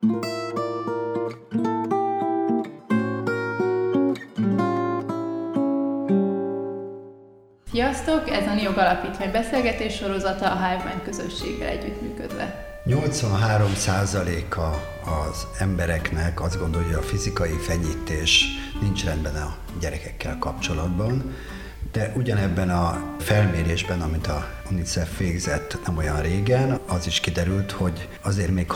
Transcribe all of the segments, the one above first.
Sziasztok! Ez a NIOG Alapítvány beszélgetés sorozata a Hive közösséggel együttműködve. 83%-a az embereknek azt gondolja, hogy a fizikai fenyítés nincs rendben a gyerekekkel kapcsolatban, de ugyanebben a felmérésben, amit a UNICEF végzett nem olyan régen, az is kiderült, hogy azért még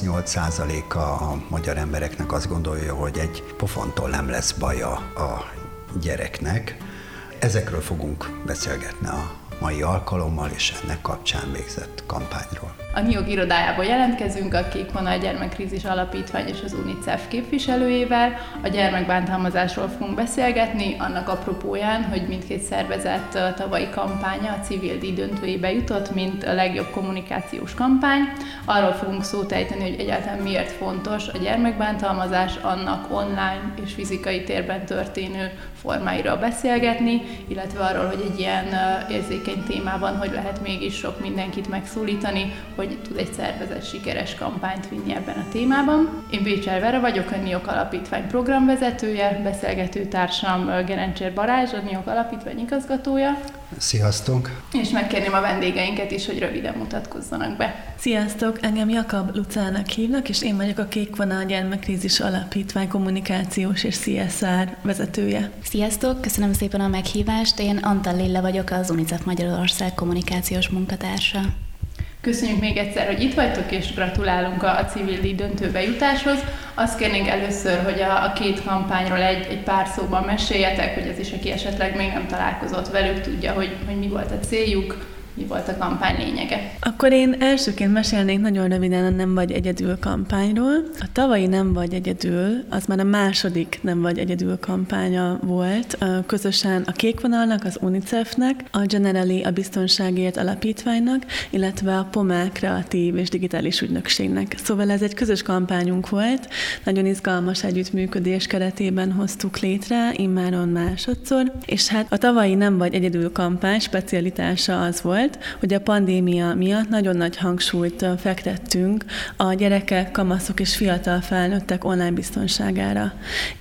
38%-a a magyar embereknek azt gondolja, hogy egy pofontól nem lesz baja a gyereknek. Ezekről fogunk beszélgetni a mai alkalommal és ennek kapcsán végzett kampányról. A NIOG irodájából jelentkezünk a Kék Vonal Gyermekkrízis Alapítvány és az UNICEF képviselőjével. A gyermekbántalmazásról fogunk beszélgetni, annak apropóján, hogy mindkét szervezet tavalyi kampánya a civil díj döntőjébe jutott, mint a legjobb kommunikációs kampány. Arról fogunk szót ejteni, hogy egyáltalán miért fontos a gyermekbántalmazás, annak online és fizikai térben történő formáiról beszélgetni, illetve arról, hogy egy ilyen érzékeny témában hogy lehet mégis sok mindenkit megszólítani, hogy tud egy szervezet sikeres kampányt vinni ebben a témában. Én Bécser Vera vagyok, a NIOG Alapítvány programvezetője, beszélgető társam Gerencsér Balázs, a NIOG Alapítvány igazgatója. Sziasztok! És megkérném a vendégeinket is, hogy röviden mutatkozzanak be. Sziasztok! Engem Jakab Lucának hívnak, és én vagyok a Kék Vonal Gyermekkrízis Alapítvány kommunikációs és CSR vezetője. Sziasztok! Köszönöm szépen a meghívást. Én Antal Lilla vagyok, az UNICEF Magyarország kommunikációs munkatársa. Köszönjük még egyszer, hogy itt vagytok, és gratulálunk a civil díj döntőbe jutáshoz. Azt kérnénk először, hogy a két kampányról egy pár szóban meséljetek, hogy az is, aki esetleg még nem találkozott velük, tudja, hogy mi volt a céljuk, mi volt a kampány lényege. Akkor én elsőként mesélnék nagyon röviden a Nem vagy egyedül kampányról. A tavalyi Nem vagy egyedül, az már a második Nem vagy egyedül kampánya volt. Közösen a Kék Vonalnak, az UNICEF-nek, a Generali a Biztonságért Alapítványnak, illetve a POMA Kreatív és Digitális Ügynökségnek. Szóval ez egy közös kampányunk volt, nagyon izgalmas együttműködés keretében hoztuk létre, immáron másodszor, és hát a tavalyi Nem vagy egyedül kampány specialitása az volt, hogy a pandémia miatt nagyon nagy hangsúlyt fektettünk a gyerekek, kamaszok és fiatal felnőttek online biztonságára.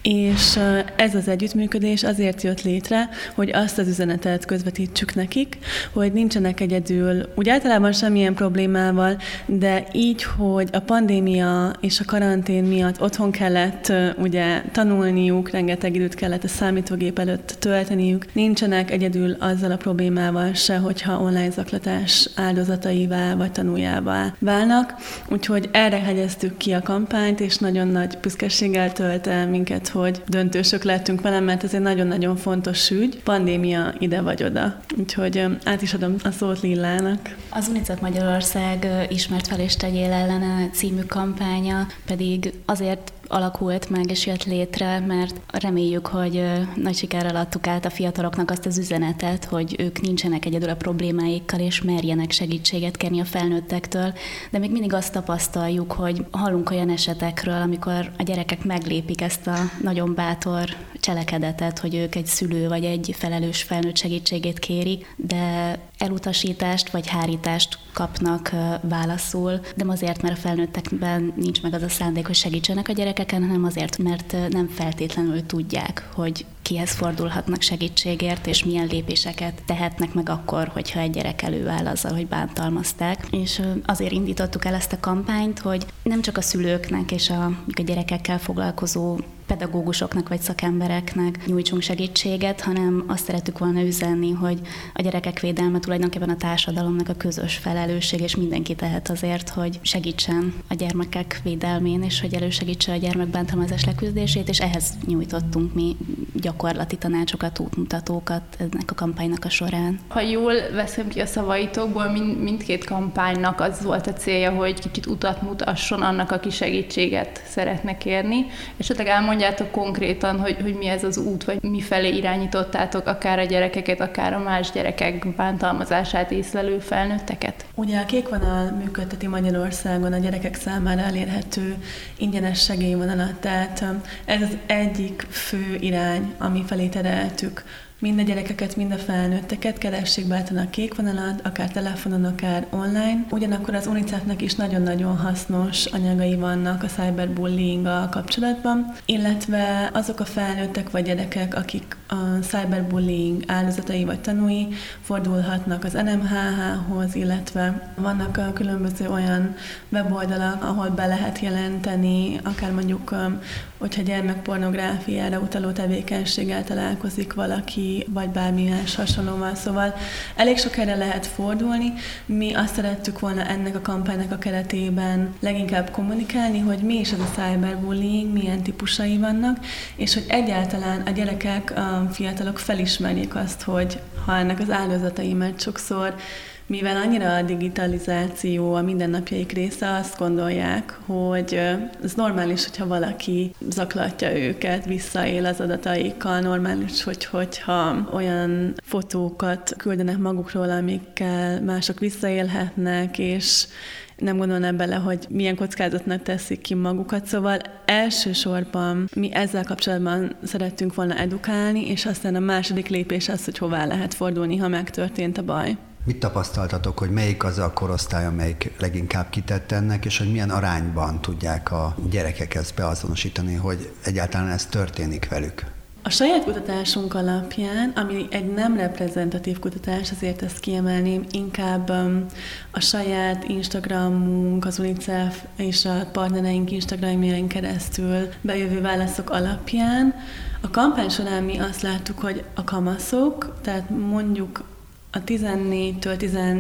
És ez az együttműködés azért jött létre, hogy azt az üzenetet közvetítsük nekik, hogy nincsenek egyedül úgy általában semmilyen problémával, de így, hogy a pandémia és a karantén miatt otthon kellett ugye tanulniuk, rengeteg időt kellett a számítógép előtt tölteniük, nincsenek egyedül azzal a problémával se, hogyha online zaklatás áldozataivá vagy tanuljává válnak. Úgyhogy erre hegyeztük ki a kampányt, és nagyon nagy büszkeséggel tölt el minket, hogy döntősök lettünk vele, mert ez egy nagyon-nagyon fontos ügy. Pandémia ide vagy oda. Úgyhogy át is adom a szót Lillának. Az UNICEF Magyarország Ismert fel és tegyél ellene című kampánya pedig azért alakult meg és jött létre, mert reméljük, hogy nagy sikerrel adtuk át a fiataloknak azt az üzenetet, hogy ők nincsenek egyedül a problémáikkal, és merjenek segítséget kérni a felnőttektől, de még mindig azt tapasztaljuk, hogy hallunk olyan esetekről, amikor a gyerekek meglépik ezt a nagyon bátor cselekedetet, hogy ők egy szülő vagy egy felelős felnőtt segítségét kérik, de elutasítást vagy hárítást kapnak válaszul, de azért, mert a felnőttekben nincs meg az a szándék, hogy segítsenek a gyerekeken, hanem azért, mert nem feltétlenül tudják, hogy kihez fordulhatnak segítségért, és milyen lépéseket tehetnek meg akkor, hogyha egy gyerek előáll azzal, hogy bántalmazták. És azért indítottuk el ezt a kampányt, hogy nem csak a szülőknek és a gyerekekkel foglalkozó pedagógusoknak vagy szakembereknek nyújtsunk segítséget, hanem azt szerettük volna üzenni, hogy a gyerekek védelme tulajdonképpen a társadalomnak a közös felelősség, és mindenki tehet azért, hogy segítsen a gyermekek védelmén, és hogy elősegítse a gyermekbántalmazás leküzdését, és ehhez nyújtottunk mi gyakorlati tanácsokat, útmutatókat ennek a kampánynak a során. Ha jól veszem ki a szavaitokból, mindkét kampánynak az volt a célja, hogy kicsit utat mutasson annak, aki segítséget szeretne kérni, és esetleg elmondjátok konkrétan, hogy mi ez az út, vagy mifelé irányítottátok akár a gyerekeket, akár a más gyerekek bántalmazását észlelő felnőtteket? Ugye a Kék Vonal működteti Magyarországon a gyerekek számára elérhető ingyenes segélyvonalat, tehát ez az egyik fő irány, ami felé tereltük mind a gyerekeket, mind a felnőtteket, keressék bátran a Kék Vonalat, akár telefonon, akár online. Ugyanakkor az UNICEF-nek is nagyon-nagyon hasznos anyagai vannak a cyberbullyinggal kapcsolatban, illetve azok a felnőttek vagy gyerekek, akik a cyberbullying áldozatai vagy tanúi, fordulhatnak az NMHH-hoz, illetve vannak a különböző olyan weboldalak, ahol be lehet jelenteni, akár mondjuk, hogyha gyermekpornográfiára utaló tevékenységgel találkozik valaki, vagy bármi más hasonlóval. Szóval elég sok helyre lehet fordulni. Mi azt szerettük volna ennek a kampánynak a keretében leginkább kommunikálni, hogy mi is ez a cyberbullying, milyen típusai vannak, és hogy egyáltalán a gyerekek, a fiatalok felismerjék azt, hogy ha ennek az áldozatai, mert sokszor, mivel annyira a digitalizáció a mindennapjaik része, azt gondolják, hogy ez normális, hogyha valaki zaklatja őket, visszaél az adataikkal, normális, hogyha olyan fotókat küldenek magukról, amikkel mások visszaélhetnek, és nem gondolnak bele, hogy milyen kockázatnak teszik ki magukat. Szóval elsősorban mi ezzel kapcsolatban szerettünk volna edukálni, és aztán a második lépés az, hogy hová lehet fordulni, ha megtörtént a baj. Mit tapasztaltatok, hogy melyik az a korosztály, amelyik leginkább kitett ennek, és hogy milyen arányban tudják a gyerekek ezt beazonosítani, hogy egyáltalán ez történik velük? A saját kutatásunk alapján, ami egy nem reprezentatív kutatás, azért ezt kiemelném, inkább a saját Instagramunk, az UNICEF és a partnereink Instagramjain keresztül bejövő válaszok alapján. A kampány során mi azt láttuk, hogy a kamaszok, tehát mondjuk a 14-től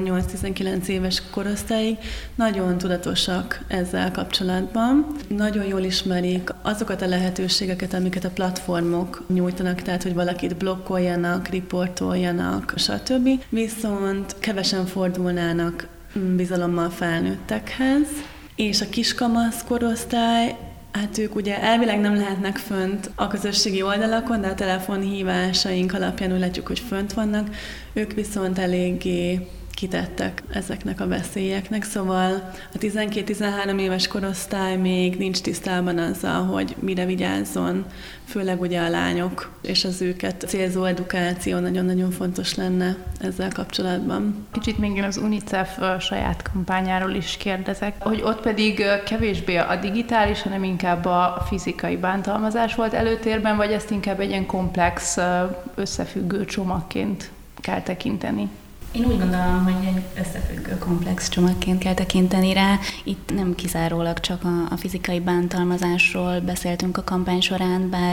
18-19 éves korosztályig nagyon tudatosak ezzel kapcsolatban. Nagyon jól ismerik azokat a lehetőségeket, amiket a platformok nyújtanak, tehát hogy valakit blokkoljanak, riportoljanak, stb. Viszont kevesen fordulnának bizalommal felnőttekhez, és a kiskamasz korosztály, hát ők ugye elvileg nem lehetnek fönt a közösségi oldalakon, de a telefonhívásaink alapján úgy látjuk, hogy fönt vannak. Ők viszont eléggé kitettek ezeknek a veszélyeknek, szóval a 12-13 éves korosztály még nincs tisztában azzal, hogy mire vigyázzon, főleg ugye a lányok, és az őket célzó edukáció nagyon-nagyon fontos lenne ezzel kapcsolatban. Kicsit még én az UNICEF saját kampányáról is kérdezek, hogy ott pedig kevésbé a digitális, hanem inkább a fizikai bántalmazás volt előtérben, vagy ezt inkább egy ilyen komplex, összefüggő csomagként kell tekinteni? Én úgy gondolom, hogy egy összefüggő komplex csomagként kell tekinteni rá. Itt nem kizárólag csak a fizikai bántalmazásról beszéltünk a kampány során, bár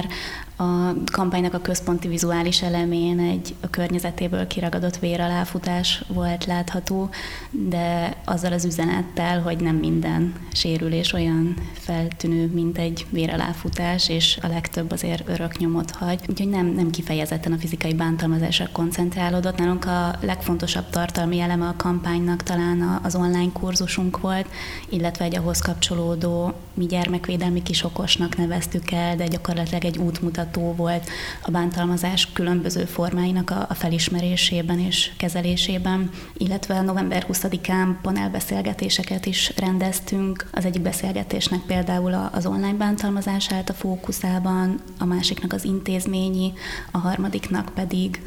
a kampánynak a központi vizuális elemén egy a környezetéből kiragadott véraláfutás volt látható, de azzal az üzenettel, hogy nem minden sérülés olyan feltűnő, mint egy véraláfutás, és a legtöbb azért örök nyomot hagy. Úgyhogy nem kifejezetten a fizikai bántalmazásra koncentrálódott. Nálunk a legfontosabb tartalmi eleme a kampánynak talán az online kurzusunk volt, illetve egy ahhoz kapcsolódó, mi gyermekvédelmi kisokosnak neveztük el, de gyakorlatilag egy útmutató volt a bántalmazás különböző formáinak a felismerésében és kezelésében, illetve november 20-án panelbeszélgetéseket is rendeztünk. Az egyik beszélgetésnek például az online bántalmazás állt a fókuszában, a másiknak az intézményi, a harmadiknak pedig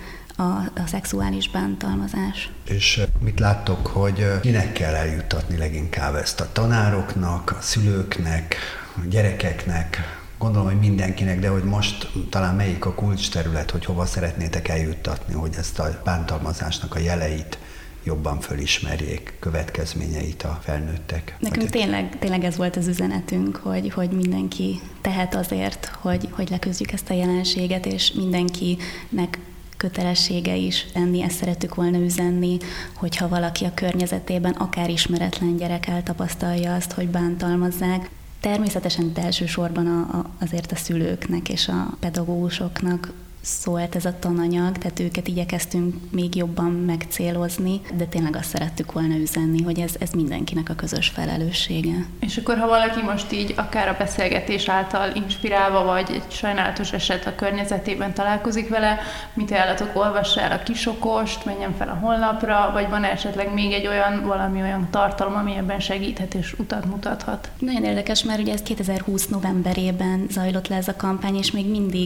a szexuális bántalmazás. És mit láttok, hogy kinek kell eljuttatni leginkább ezt? A tanároknak, a szülőknek, a gyerekeknek? Gondolom, hogy mindenkinek, de hogy most talán melyik a kulcsterület, hogy hova szeretnétek eljuttatni, hogy ezt a bántalmazásnak a jeleit jobban fölismerjék, következményeit a felnőttek. Nekünk tényleg ez volt az üzenetünk, hogy mindenki tehet azért, hogy leküzdjük ezt a jelenséget, és mindenkinek kötelessége is lenni, ezt szerettük volna üzenni, hogyha valaki a környezetében, akár ismeretlen gyerek eltapasztalja azt, hogy bántalmazzák. Természetesen elsősorban azért a szülőknek és a pedagógusoknak szólt ez a tananyag, tehát őket igyekeztünk még jobban megcélozni, de tényleg azt szerettük volna üzenni, hogy ez mindenkinek a közös felelőssége. És akkor, ha valaki most így akár a beszélgetés által inspirálva, vagy egy sajnálatos eset a környezetében találkozik vele, mit ajánlatok, olvassa el a Kisokost, menjen fel a honlapra, vagy van esetleg még egy valami olyan tartalom, ami ebben segíthet és utat mutathat? Nagyon érdekes, mert ugye ez 2020 novemberében zajlott le ez a kampány, és még mindig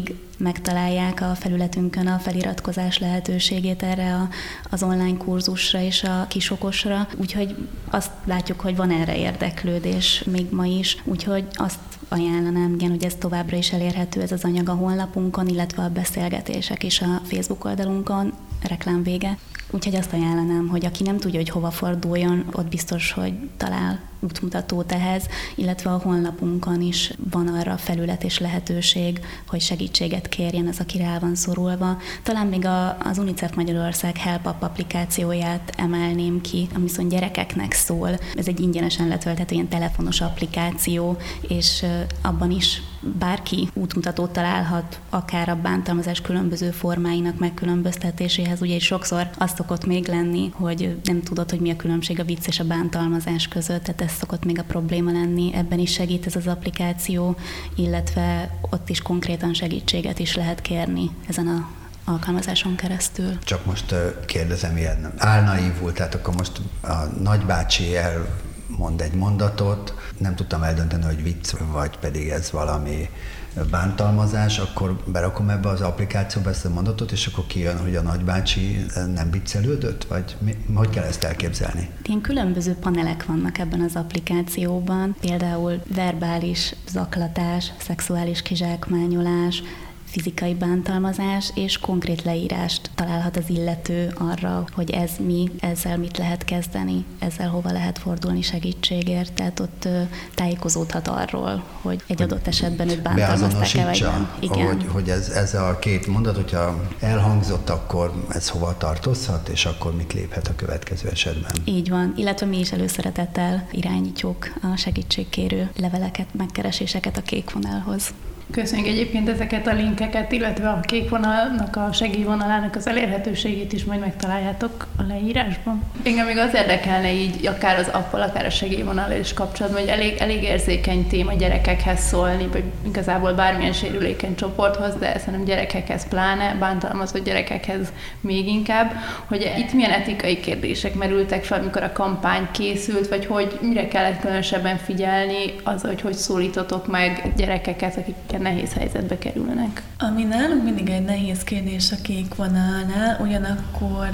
megtalálják a felületünkön a feliratkozás lehetőségét erre az online kurzusra és a kisokosra, úgyhogy azt látjuk, hogy van erre érdeklődés még ma is, úgyhogy azt ajánlanám, igen, hogy ez továbbra is elérhető, ez az anyag a honlapunkon, illetve a beszélgetések is a Facebook oldalunkon, reklám vége. Úgyhogy azt ajánlanám, hogy aki nem tudja, hogy hova forduljon, ott biztos, hogy talál útmutatót ehhez, illetve a honlapunkon is van arra felület és lehetőség, hogy segítséget kérjen az, aki rá van szorulva. Talán még az UNICEF Magyarország Help App applikációját emelném ki, ami viszont gyerekeknek szól. Ez egy ingyenesen letölthető ilyen telefonos applikáció, és abban is bárki útmutatót találhat, akár a bántalmazás különböző formáinak megkülönböztetéséhez. Ugye sokszor az szokott még lenni, hogy nem tudod, hogy mi a különbség a vicc és a bántalmazás között, tehát ez szokott még a probléma lenni. Ebben is segít ez az applikáció, illetve ott is konkrétan segítséget is lehet kérni ezen a alkalmazáson keresztül. Csak most kérdezem ilyen álnaívul, tehát akkor most a nagybácsi elmond egy mondatot, nem tudtam eldönteni, hogy vicc, vagy pedig ez valami bántalmazás, akkor berakom ebbe az applikációba ezt a mondatot, és akkor kijön, hogy a nagybácsi nem viccelődött? Vagy hogy kell ezt elképzelni? Ilyen különböző panelek vannak ebben az applikációban, például verbális zaklatás, szexuális kizsákmányolás, fizikai bántalmazás, és konkrét leírást találhat az illető arra, hogy ez mi, ezzel mit lehet kezdeni, ezzel hova lehet fordulni segítségért, tehát ott tájékozódhat arról, hogy egy adott esetben őt bántalmazták-e, vagy nem. Igen. Hogy ez a két mondat, hogyha elhangzott, akkor ez hova tartozhat, és akkor mit léphet a következő esetben. Így van, illetve mi is előszeretettel irányítjuk a segítségkérő leveleket, megkereséseket a Kék Vonalhoz. Köszönjük egyébként ezeket a linkeket, illetve a Kék Vonalnak, a segélyvonalának az elérhetőségét is majd megtaláljátok a leírásban. Engem még az érdekelne így, akár az appal, akár a segélyvonallal is kapcsolatban, hogy elég érzékeny téma gyerekekhez szólni, vagy igazából bármilyen sérülékeny csoporthoz, de szerintem gyerekekhez pláne, bántalmazott gyerekekhez még inkább, hogy itt milyen etikai kérdések merültek fel, amikor a kampány készült, vagy hogy mire kellett különösebben figyelni az, hogy szólítotok meg gyerekeket, akik nehéz helyzetbe kerülnek. Ami nálunk mindig egy nehéz kérdés a Kék Vonalnál, ugyanakkor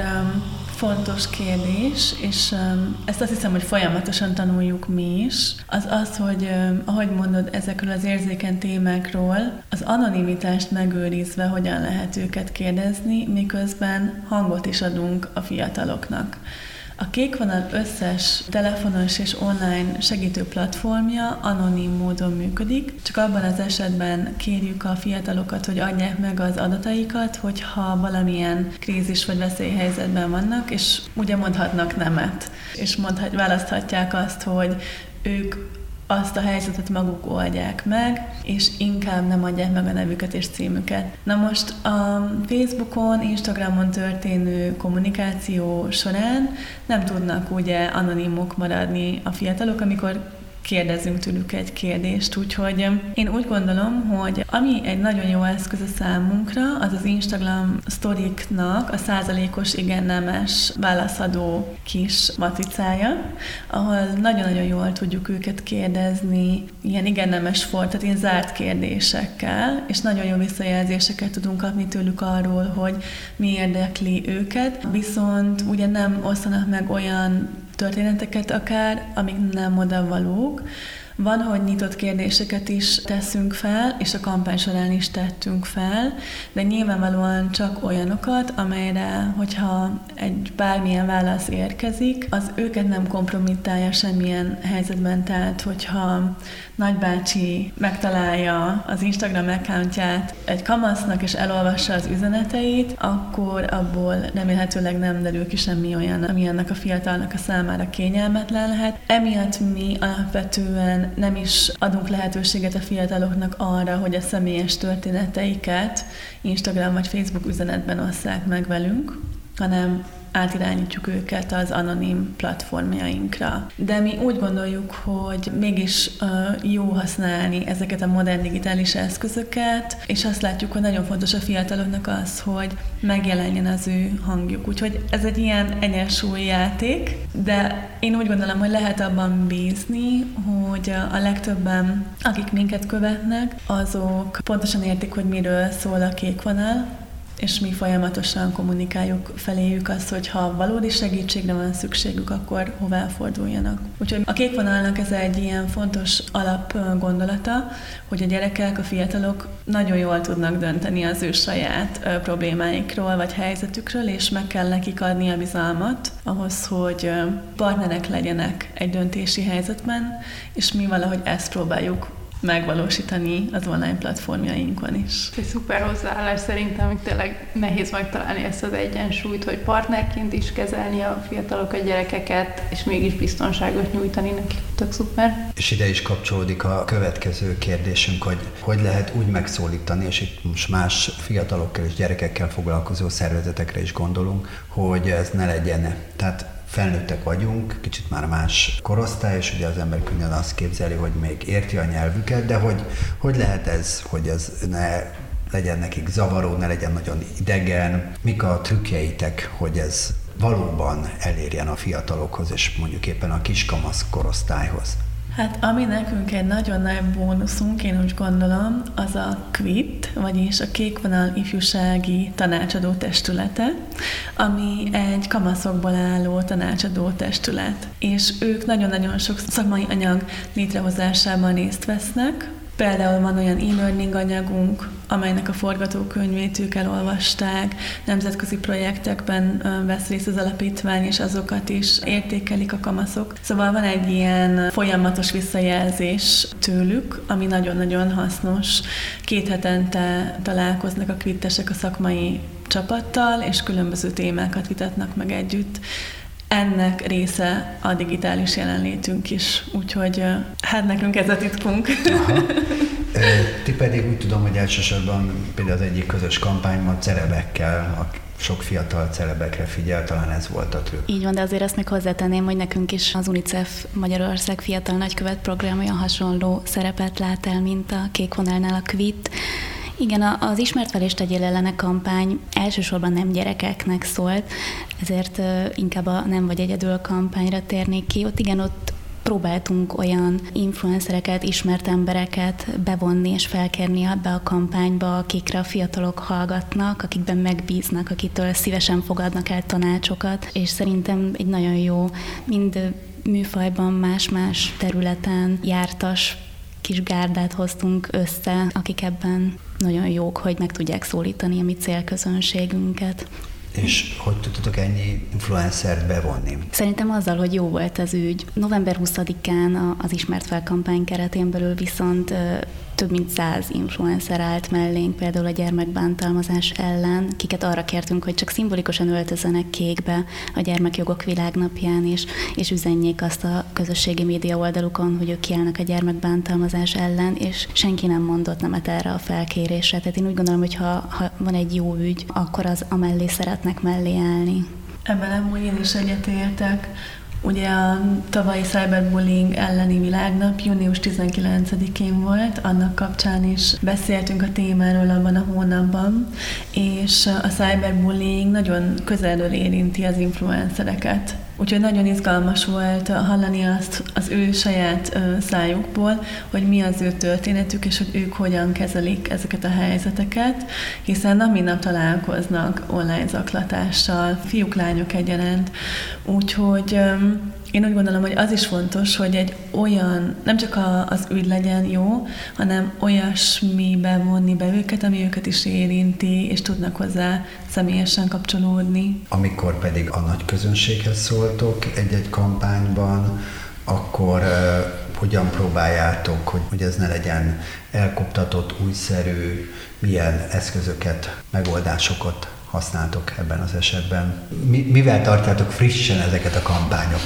fontos kérdés, és ezt azt hiszem, hogy folyamatosan tanuljuk mi is, az, hogy ahogy mondod, ezekről az érzékeny témákról az anonimitást megőrizve hogyan lehet őket kérdezni, miközben hangot is adunk a fiataloknak. A Kék Vonal összes telefonos és online segítő platformja anonim módon működik, csak abban az esetben kérjük a fiatalokat, hogy adják meg az adataikat, hogyha valamilyen krízis vagy veszélyhelyzetben vannak, és ugye mondhatnak nemet, és választhatják azt, hogy ők azt a helyzetet maguk oldják meg, és inkább nem adják meg a nevüket és címüket. Na most a Facebookon, Instagramon történő kommunikáció során nem tudnak ugye anonimok maradni a fiatalok, amikor kérdezzünk tőlük egy kérdést, úgyhogy én úgy gondolom, hogy ami egy nagyon jó eszköz a számunkra, az az Instagram sztoriknak a százalékos igen-nemes válaszadó kis matricája, ahol nagyon-nagyon jól tudjuk őket kérdezni, ilyen igen-nemes tehát ilyen zárt kérdésekkel, és nagyon jó visszajelzéseket tudunk kapni tőlük arról, hogy mi érdekli őket, viszont ugye nem osztanak meg olyan történeteket akár, amik nem odavalók. Van, hogy nyitott kérdéseket is teszünk fel, és a kampány során is tettünk fel, de nyilvánvalóan csak olyanokat, amelyre, hogyha egy bármilyen válasz érkezik, az őket nem kompromittálja semmilyen helyzetben, tehát hogyha nagybácsi megtalálja az Instagram accountját egy kamasznak, és elolvassa az üzeneteit, akkor abból remélhetőleg nem derül ki semmi olyan, ami annak a fiatalnak a számára kényelmetlen lehet. Emiatt mi alapvetően nem is adunk lehetőséget a fiataloknak arra, hogy a személyes történeteiket Instagram vagy Facebook üzenetben osszák meg velünk, hanem átirányítjuk őket az anonim platformjainkra. De mi úgy gondoljuk, hogy mégis jó használni ezeket a modern digitális eszközöket, és azt látjuk, hogy nagyon fontos a fiataloknak az, hogy megjelenjen az ő hangjuk. Úgyhogy ez egy ilyen egyensúlyjáték, de én úgy gondolom, hogy lehet abban bízni, hogy a legtöbben, akik minket követnek, azok pontosan értik, hogy miről szól a kék vonal, és mi folyamatosan kommunikáljuk feléjük azt, hogy ha valódi segítségre van szükségük, akkor hová forduljanak. Úgyhogy a kék vonalnak ez egy ilyen fontos alapgondolata, hogy a gyerekek, a fiatalok nagyon jól tudnak dönteni az ő saját problémáikról vagy helyzetükről, és meg kell nekik adni a bizalmat ahhoz, hogy partnerek legyenek egy döntési helyzetben, és mi valahogy ezt próbáljuk megvalósítani az online platformjainkon is. Ez egy szuper hozzáállás szerintem, hogy tényleg nehéz megtalálni ezt az egyensúlyt, hogy partnerként is kezelni a fiatalok, a gyerekeket, és mégis biztonságot nyújtani nekik. Tök szuper. És ide is kapcsolódik a következő kérdésünk, hogy lehet úgy megszólítani, és itt most más fiatalokkal és gyerekekkel foglalkozó szervezetekre is gondolunk, hogy ez ne legyen. Tehát felnőttek vagyunk, kicsit már más korosztály, és ugye az ember könnyen azt képzeli, hogy még érti a nyelvüket, de hogy lehet ez, hogy ez ne legyen nekik zavaró, ne legyen nagyon idegen? Mik a trükkjeitek, hogy ez valóban elérjen a fiatalokhoz, és mondjuk éppen a kiskamasz korosztályhoz? Hát ami nekünk egy nagyon nagy bónuszunk, én úgy gondolom, az a QUIT, vagyis a Kékvonal Ifjúsági Tanácsadó Testülete, ami egy kamaszokból álló tanácsadó testület. És ők nagyon-nagyon sok szakmai anyag létrehozásában részt vesznek. Például van olyan e-learning anyagunk, amelynek a forgatókönyvét ők elolvasták, nemzetközi projektekben vesz részt az alapítvány, és azokat is értékelik a kamaszok. Szóval van egy ilyen folyamatos visszajelzés tőlük, ami nagyon-nagyon hasznos. 2 hetente találkoznak a kvittesek a szakmai csapattal, és különböző témákat vitatnak meg együtt. Ennek része a digitális jelenlétünk is, úgyhogy hát nekünk ez a titkunk. Ti pedig úgy tudom, hogy elsősorban például az egyik közös kampányban celebekkel, a sok fiatal celebekre figyel, talán ez volt a trükk. Így van, de azért ezt még hozzátenném, hogy nekünk is az UNICEF Magyarország Fiatal Nagykövet program olyan hasonló szerepet lát el, mint a Kék Vonalnál a QUIT. Igen, az Ismert fel és tegyél ellene kampány elsősorban nem gyerekeknek szólt, ezért inkább a Nem vagy egyedül kampányra térnék ki. Ott próbáltunk olyan influencereket, ismert embereket bevonni és felkérni be a kampányba, akikre a fiatalok hallgatnak, akikben megbíznak, akitől szívesen fogadnak el tanácsokat, és szerintem egy nagyon jó, mind műfajban más-más területen jártas kis gárdát hoztunk össze, akik ebben nagyon jók, hogy meg tudják szólítani a mi célközönségünket. És hogy tudtatok ennyi influencert bevonni? Szerintem azzal, hogy jó volt az ügy. November 20-án az Ismert fel kampány keretén belül viszont több mint 100 influencer állt mellénk, például a gyermekbántalmazás ellen, akiket arra kértünk, hogy csak szimbolikusan öltözzenek kékbe a Gyermekjogok Világnapján, és üzenjék azt a közösségi média oldalukon, hogy ők kiállnak a gyermekbántalmazás ellen, és senki nem mondott nemet erre a felkérésre. Tehát én úgy gondolom, hogy ha van egy jó ügy, akkor az amellé szeretnek mellé állni. Ebben amúgy én is egyetértek. Ugye a tavalyi cyberbullying elleni világnap június 19-én volt, annak kapcsán is beszéltünk a témáról abban a hónapban, és a cyberbullying nagyon közelről érinti az influencereket. Úgyhogy nagyon izgalmas volt hallani azt az ő saját szájukból, hogy mi az ő történetük, és hogy ők hogyan kezelik ezeket a helyzeteket, hiszen nap mint nap találkoznak online zaklatással, fiúk, lányok egyaránt. Úgyhogy én úgy gondolom, hogy az is fontos, hogy egy olyan, nem csak az ügy legyen jó, hanem olyasmibe vonni be őket, ami őket is érinti, és tudnak hozzá személyesen kapcsolódni. Amikor pedig a nagy közönséghez szóltok egy-egy kampányban, akkor hogyan próbáljátok, hogy ez ne legyen elkoptatott, újszerű, milyen eszközöket, megoldásokat használtok ebben az esetben? Mivel tartjátok frissen ezeket a kampányokat?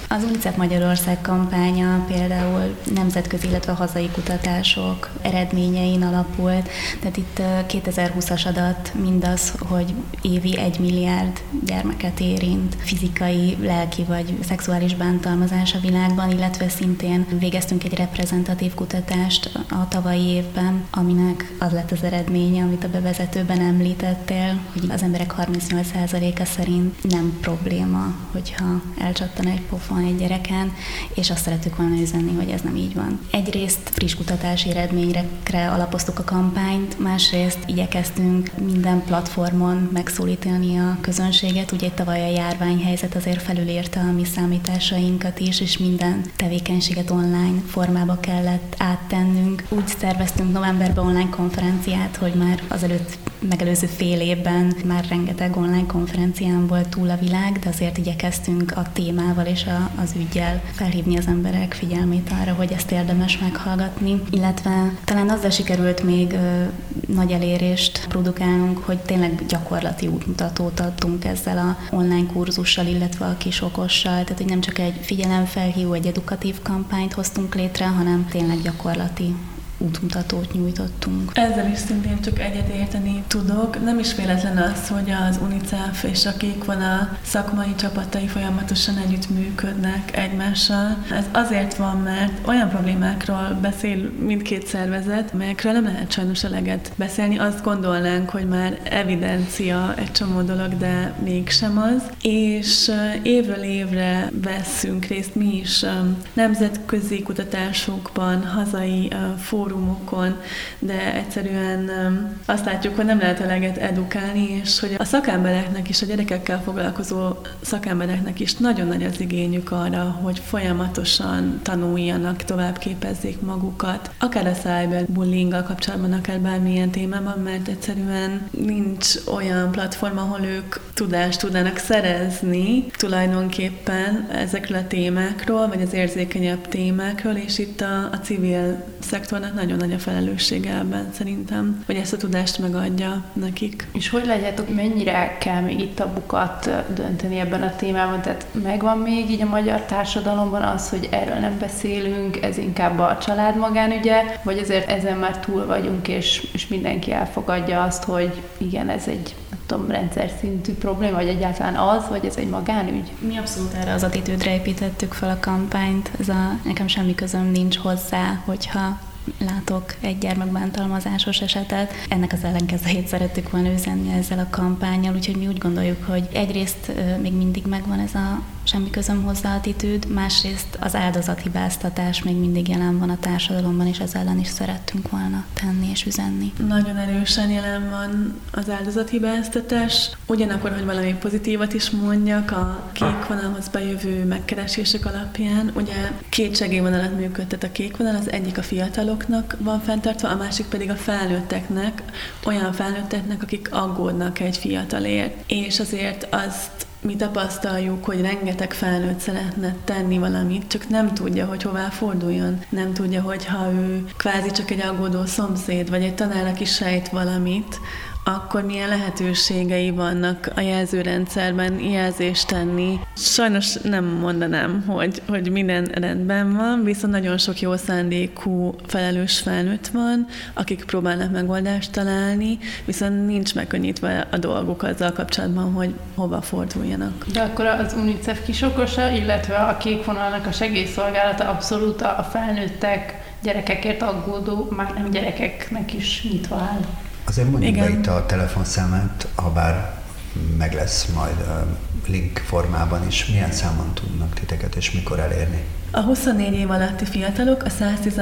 Az UNICEF Magyarország kampánya például nemzetközi, illetve hazai kutatások eredményein alapult. Tehát itt 2020-as adat mindaz, hogy évi 1 milliárd gyermeket érint fizikai, lelki vagy szexuális bántalmazás a világban, illetve szintén végeztünk egy reprezentatív kutatást a tavalyi évben, aminek az lett az eredménye, amit a bevezetőben említettél, hogy az emberek 38%-a szerint nem probléma, hogyha elcsattan egy pofon egy gyereken, és azt szeretük volna üzenni, hogy ez nem így van. Egyrészt friss kutatási eredményekre alapoztuk a kampányt, másrészt igyekeztünk minden platformon megszólítani a közönséget. Ugye tavaly a járványhelyzet azért felülírta a mi számításainkat is, és minden tevékenységet online formába kellett áttennünk. Úgy szerveztünk novemberben online konferenciát, hogy már azelőtt megelőző fél évben már rengeteg online konferencián volt túl a világ, de azért igyekeztünk a témával és az üggyel felhívni az emberek figyelmét arra, hogy ezt érdemes meghallgatni, illetve talán azzal sikerült még nagy elérést produkálnunk, hogy tényleg gyakorlati útmutatót adtunk ezzel a online kurzussal, illetve a kisokossal, tehát hogy nem csak egy figyelemfelhívó, egy edukatív kampányt hoztunk létre, hanem tényleg gyakorlati útmutatót nyújtottunk. Ezzel is szintén csak egyetérteni tudok. Nem is véletlen az, hogy az UNICEF és a Kékvonal szakmai csapatai folyamatosan együttműködnek egymással. Ez azért van, mert olyan problémákról beszél mindkét szervezet, melyekről nem lehet sajnos eleget beszélni. Azt gondolnánk, hogy már evidencia egy csomó dolog, de mégsem az. És évről évre veszünk részt mi is nemzetközi kutatásokban, hazai fórumokon, de egyszerűen azt látjuk, hogy nem lehet eleget edukálni, és hogy a szakembereknek is, a gyerekekkel foglalkozó szakembereknek is nagyon nagy az igényük arra, hogy folyamatosan tanuljanak, tovább képezzék magukat, akár a cyberbullyinggal kapcsolatban, akár bármilyen témában, mert egyszerűen nincs olyan platform, ahol ők tudást tudnának szerezni tulajdonképpen ezekről a témákról, vagy az érzékenyebb témákról, és itt a civil szektornak nagyon nagy a felelőssége ebben szerintem, hogy ezt a tudást megadja nekik. És hogy látjátok, mennyire kell még itt tabukat dönteni ebben a témában? Tehát megvan még így a magyar társadalomban az, hogy erről nem beszélünk, ez inkább a család magánügye, vagy azért ezen már túl vagyunk, és mindenki elfogadja azt, hogy igen, ez egy rendszer szintű probléma, vagy egyáltalán az, vagy ez egy magánügy? Mi abszolút erre az attitűdre építettük fel a kampányt. Nekem semmi közöm nincs hozzá, hogyha látok egy gyermekbántalmazásos esetet. Ennek az ellenkezőjét szerettük volna üzenni ezzel a kampánnyal, úgyhogy mi úgy gondoljuk, hogy egyrészt még mindig megvan ez a semmi közöm hozzá attitűd, másrészt az áldozathibáztatás még mindig jelen van a társadalomban, és ezzel ellen is szerettünk volna tenni és üzenni. Nagyon erősen jelen van az áldozathibáztatás. Ugyanakkor, hogy valami pozitívat is mondjak, a Kékvonalhoz bejövő megkeresések alapján, ugye 2 segélyvonalat működtet a Kékvonal, az egyik a fiataloknak van fenntartva, a másik pedig a felnőtteknek, olyan felnőtteknek, akik aggódnak egy fiatalért. És azért azt mi tapasztaljuk, hogy rengeteg felnőtt szeretne tenni valamit, csak nem tudja, hogy hová forduljon. Nem tudja, hogy ha ő kvázi csak egy aggódó szomszéd, vagy egy tanár, aki sejt valamit, akkor milyen lehetőségei vannak a jelzőrendszerben jelzést tenni. Sajnos nem mondanám, hogy minden rendben van, viszont nagyon sok jó szándékú felelős felnőtt van, akik próbálnak megoldást találni, viszont nincs megkönnyítve a dolguk azzal kapcsolatban, hogy hova forduljanak. De akkor az UNICEF kisokosa, illetve a Kékvonalnak a segélyszolgálata abszolút a felnőttek, gyerekekért aggódó, már nem gyerekeknek is nyitva áll. Azért mondjuk be itt a telefonszámát, ha bár meg lesz majd link formában is, milyen számon tudnak titeket és mikor elérni? A 24 év alatti fiatalok a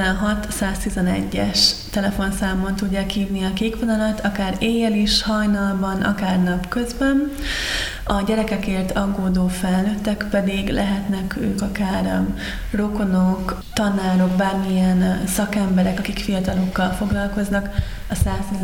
116-111-es telefonszámon tudják hívni a Kékvonalat, akár éjjel is, hajnalban, akár napközben. A gyerekekért aggódó felnőttek pedig lehetnek ők akár rokonok, tanárok, bármilyen szakemberek, akik fiatalokkal foglalkoznak, a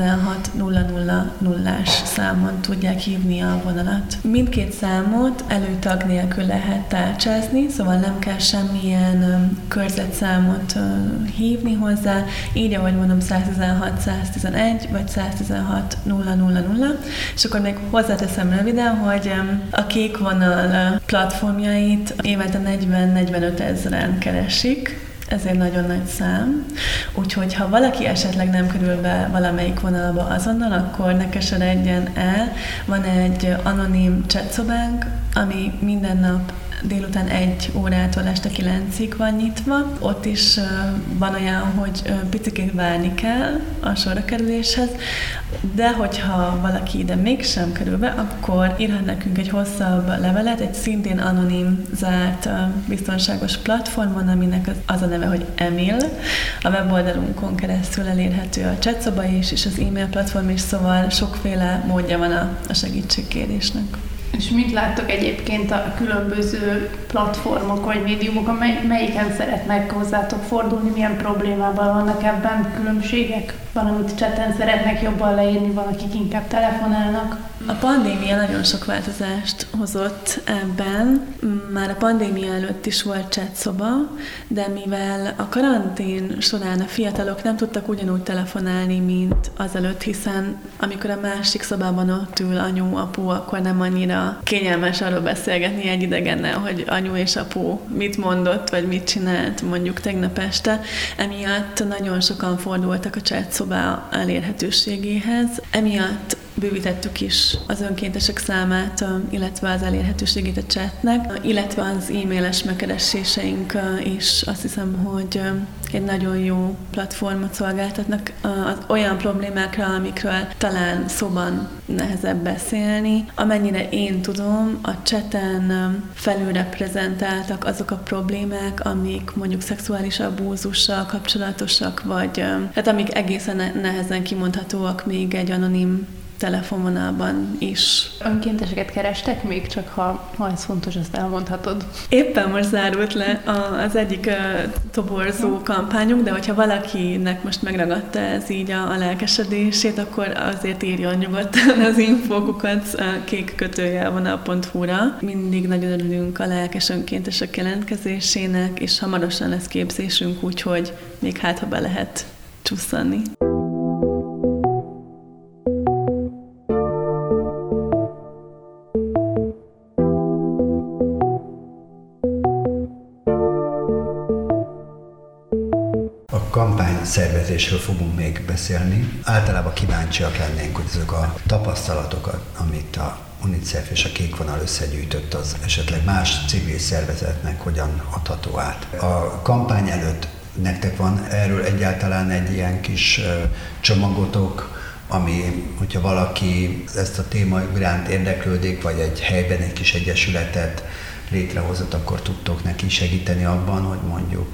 116-000-ás számon tudják hívni a vonalat. Mindkét számot előtag nélkül lehet tárcsázni, szóval nem kell semmilyen bármilyen körzetszámot hívni hozzá, így ahogy mondom 116 111 vagy 116 000, és akkor még hozzáteszem röviden, hogy a Kék Vonal platformjait évente 40-45 ezeren keresik, ez egy nagyon nagy szám, úgyhogy ha valaki esetleg nem kerül be valamelyik vonalba azonnal, akkor ne keseredjen el. Van egy anonim chatszobánk, ami minden nap délután 1 órától este 9-ig van nyitva. Ott is van olyan, hogy picikét várni kell a sorra kerüléshez, de hogyha valaki ide mégsem kerül be, akkor írhat nekünk egy hosszabb levelet, egy szintén anonim, zárt, biztonságos platformon, aminek az a neve, hogy Emil. A weboldalunkon keresztül elérhető a chatszoba is, és az e-mail platform is, szóval sokféle módja van a segítségkérésnek. És mit láttok egyébként a különböző platformok vagy médiumok, melyiken szeretnek hozzátok fordulni, milyen problémában vannak ebben különbségek? Van, amit chaten szeretnek jobban leírni, van, akik inkább telefonálnak. A pandémia nagyon sok változást hozott ebben. Már a pandémia előtt is volt chatszoba, de mivel a karantén során a fiatalok nem tudtak ugyanúgy telefonálni, mint azelőtt, hiszen amikor a másik szobában ott ül anyu, apu, akkor nem annyira kényelmes arról beszélgetni egy idegennel, hogy anyu és apu mit mondott, vagy mit csinált mondjuk tegnap este. Emiatt nagyon sokan fordultak a chatszoba elérhetőségéhez. Emiatt bővítettük is az önkéntesek számát, illetve az elérhetőségét a chatnek, illetve az e-mailes megkereséseink is azt hiszem, hogy egy nagyon jó platformot szolgáltatnak az olyan problémákra, amikről talán szóban nehezebb beszélni. Amennyire én tudom, a chaten felülreprezentáltak azok a problémák, amik mondjuk szexuális abúzussal kapcsolatosak, vagy tehát amik egészen nehezen kimondhatóak még egy anonim telefonvonalban is. Önkénteseket kerestek még, csak ha ez fontos, azt elmondhatod. Éppen most zárult le az egyik toborzó kampányunk, de hogyha valakinek most megragadta ez így a lelkesedését, akkor azért írjon nyugodtan az infókukat kék-vonal.hu-ra. Mindig nagyon örülünk a lelkes önkéntesek jelentkezésének, és hamarosan lesz képzésünk, úgyhogy még ha be lehet csusszanni. Szervezésről fogunk még beszélni. Általában kíváncsiak lennénk, hogy azok a tapasztalatokat, amit a UNICEF és a Kék Vonal összegyűjtött, az esetleg más civil szervezetnek hogyan adható át. A kampány előtt nektek van erről egyáltalán egy ilyen kis csomagotok, ami, hogyha valaki ezt a téma iránt érdeklődik, vagy egy helyben egy kis egyesületet létrehozott, akkor tudtok neki segíteni abban, hogy mondjuk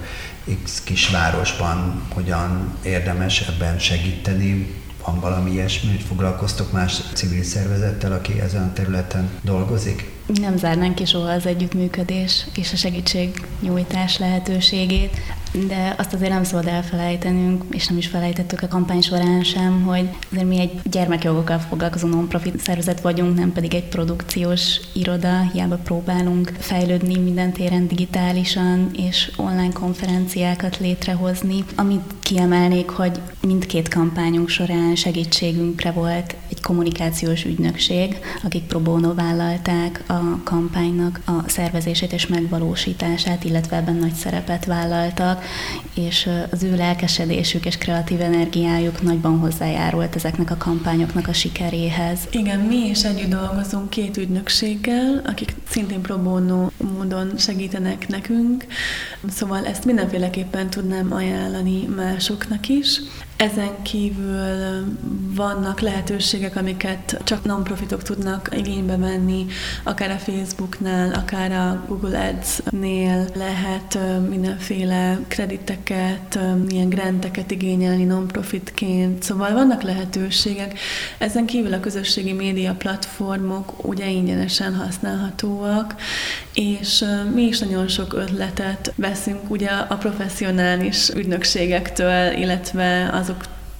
X kisvárosban hogyan érdemes ebben segíteni. Van valami ilyesmi, hogy foglalkoztok más civil szervezettel, aki ezen a területen dolgozik? Nem zárnánk ki soha az együttműködés és a segítségnyújtás lehetőségét, de azt azért nem szabad elfelejtenünk, és nem is felejtettük a kampány során sem, hogy azért mi egy gyermekjogokkal foglalkozó non-profit szervezet vagyunk, nem pedig egy produkciós iroda, hiába próbálunk fejlődni minden téren digitálisan, és online konferenciákat létrehozni. Amit kiemelnék, hogy mindkét kampányunk során segítségünkre volt egy kommunikációs ügynökség, akik pro bono vállalták a kampánynak a szervezését és megvalósítását, illetve ebben nagy szerepet vállaltak, és az ő lelkesedésük és kreatív energiájuk nagyban hozzájárult ezeknek a kampányoknak a sikeréhez. Igen, mi is együtt dolgozunk 2 ügynökséggel, akik szintén pro bono módon segítenek nekünk, szóval ezt mindenféleképpen tudnám ajánlani másoknak is. Ezen kívül vannak lehetőségek, amiket csak non-profitok tudnak igénybe venni, akár a Facebooknál, akár a Google Ads-nél lehet mindenféle krediteket, ilyen granteket igényelni non-profitként, szóval vannak lehetőségek. Ezen kívül a közösségi média platformok ugye ingyenesen használhatóak, és mi is nagyon sok ötletet veszünk ugye a professzionális ügynökségektől, illetve azoktól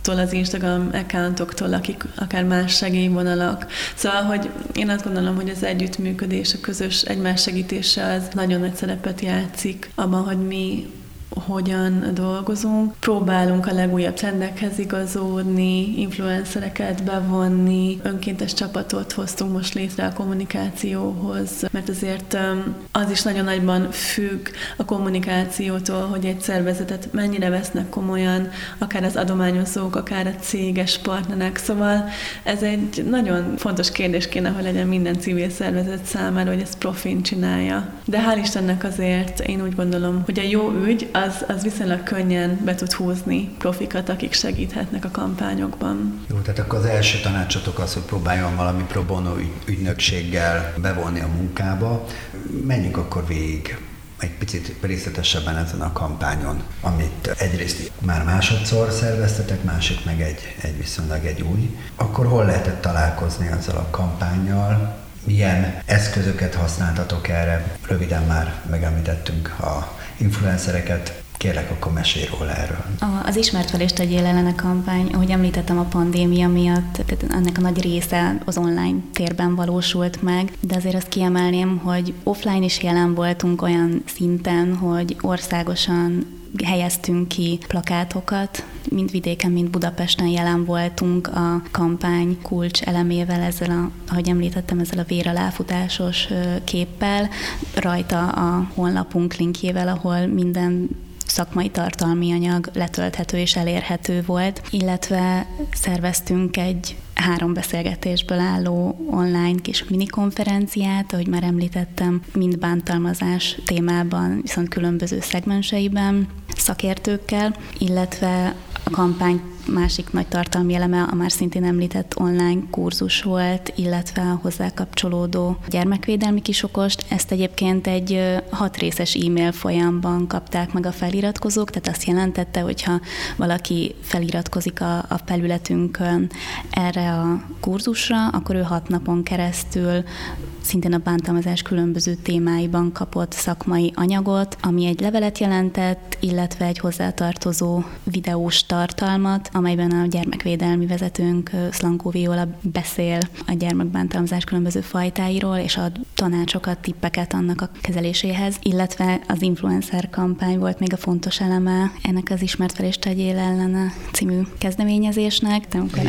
az Instagram accountoktól, akik akár más segélyvonalak. Szóval, hogy én azt gondolom, hogy az együttműködés, a közös egymás segítése az nagyon nagy szerepet játszik abban, hogy mi hogyan dolgozunk. Próbálunk a legújabb trendekhez igazodni, influencereket bevonni, önkéntes csapatot hoztunk most létre a kommunikációhoz, mert azért az is nagyon nagyban függ a kommunikációtól, hogy egy szervezetet mennyire vesznek komolyan, akár az adományozók, akár a céges partnerek. Szóval ez egy nagyon fontos kérdés kéne, hogy legyen minden civil szervezet számára, hogy ezt profin csinálja. De hál' Istennek azért én úgy gondolom, hogy a jó ügy az viszonylag könnyen be tud húzni profikat, akik segíthetnek a kampányokban. Jó, tehát akkor az első tanácsotok az, hogy próbáljon valami pro bono ügynökséggel bevonni a munkába. Menjünk akkor végig egy picit részletesebben ezen a kampányon, amit egyrészt már másodszor szerveztetek, másik meg egy viszonylag egy új. Akkor hol lehetett találkozni ezzel a kampánnyal? Milyen eszközöket használtatok erre? Röviden már megemlítettünk a influencereket. Kérlek, akkor mesélj róla erről. Az Ismert fel és tegyél ellen a kampány, ahogy említettem, a pandémia miatt, tehát ennek a nagy része az online térben valósult meg, de azért azt kiemelném, hogy offline is jelen voltunk olyan szinten, hogy országosan helyeztünk ki plakátokat, mind vidéken, mind Budapesten jelen voltunk a kampány kulcs elemével, ezzel ahogy említettem, ezzel a vér aláfutásos képpel, rajta a honlapunk linkjével, ahol minden szakmai tartalmi anyag letölthető és elérhető volt, illetve szerveztünk egy 3 beszélgetésből álló online kis minikonferenciát, ahogy már említettem, mind bántalmazás témában, viszont különböző szegmenseiben, szakértőkkel, illetve a kampány másik nagy tartalmi eleme a már szintén említett online kurzus volt, illetve a hozzá kapcsolódó gyermekvédelmi kisokost. Ezt egyébként egy 6 részes e-mail folyamban kapták meg a feliratkozók, tehát azt jelentette, hogyha valaki feliratkozik a felületünkön erre a kurzusra, akkor ő 6 napon keresztül szintén a bántalmazás különböző témáiban kapott szakmai anyagot, ami egy levelet jelentett, illetve egy hozzátartozó videós tartalmat, amelyben a gyermekvédelmi vezetőnk Szlankó Viola beszél a gyermekbántalmazás különböző fajtáiról, és ad tanácsokat, tippeket annak a kezeléséhez, illetve az influencer kampány volt még a fontos eleme ennek az Ismert fel és tegyél ellene című kezdeményezésnek. Úgyhogy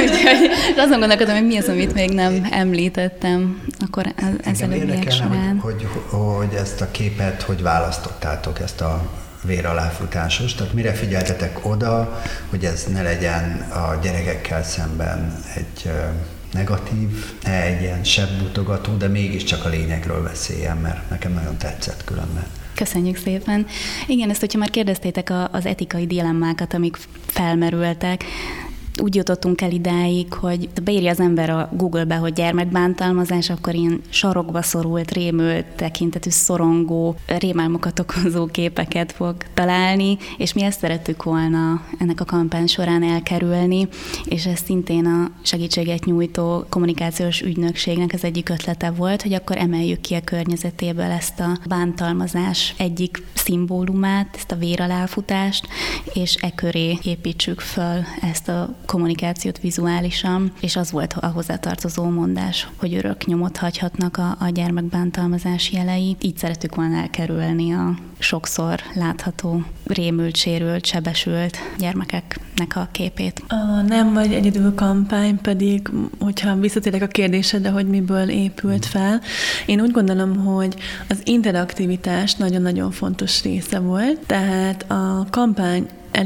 azon gondolkodom, hogy mi az, amit még nem említettem, akkor ez előbbiek során. Hogy ezt a képet hogy választottátok, ezt a vér aláfutásos, tehát mire figyeltetek oda, hogy ez ne legyen a gyerekekkel szemben egy negatív, egy ilyen sebmutogató, de mégiscsak a lényegről beszéljen, mert nekem nagyon tetszett különben. Köszönjük szépen. Igen, ezt, hogyha már kérdeztétek az etikai dilemmákat, amik felmerültek, úgy jutottunk el idáig, hogy beírja az ember a Google-be, hogy gyermekbántalmazás, akkor ilyen sarokba szorult, rémült tekintetű, szorongó, rémálmokat okozó képeket fog találni, és mi ezt szerettük volna ennek a kampány során elkerülni, és ez szintén a segítséget nyújtó kommunikációs ügynökségnek az egyik ötlete volt, hogy akkor emeljük ki a környezetéből ezt a bántalmazás egyik szimbólumát, ezt a vér aláfutást, és e köré építsük föl ezt a kommunikációt vizuálisan, és az volt a hozzátartozó mondás, hogy örök nyomot hagyhatnak a gyermekbántalmazás jelei. Így szeretük volna elkerülni a sokszor látható rémült, sérült, sebesült gyermekeknek a képét. A Nem vagy egyedül kampány pedig, hogyha visszatérek a kérdésedre, hogy miből épült fel, én úgy gondolom, hogy az interaktivitás nagyon-nagyon fontos része volt, tehát a kampány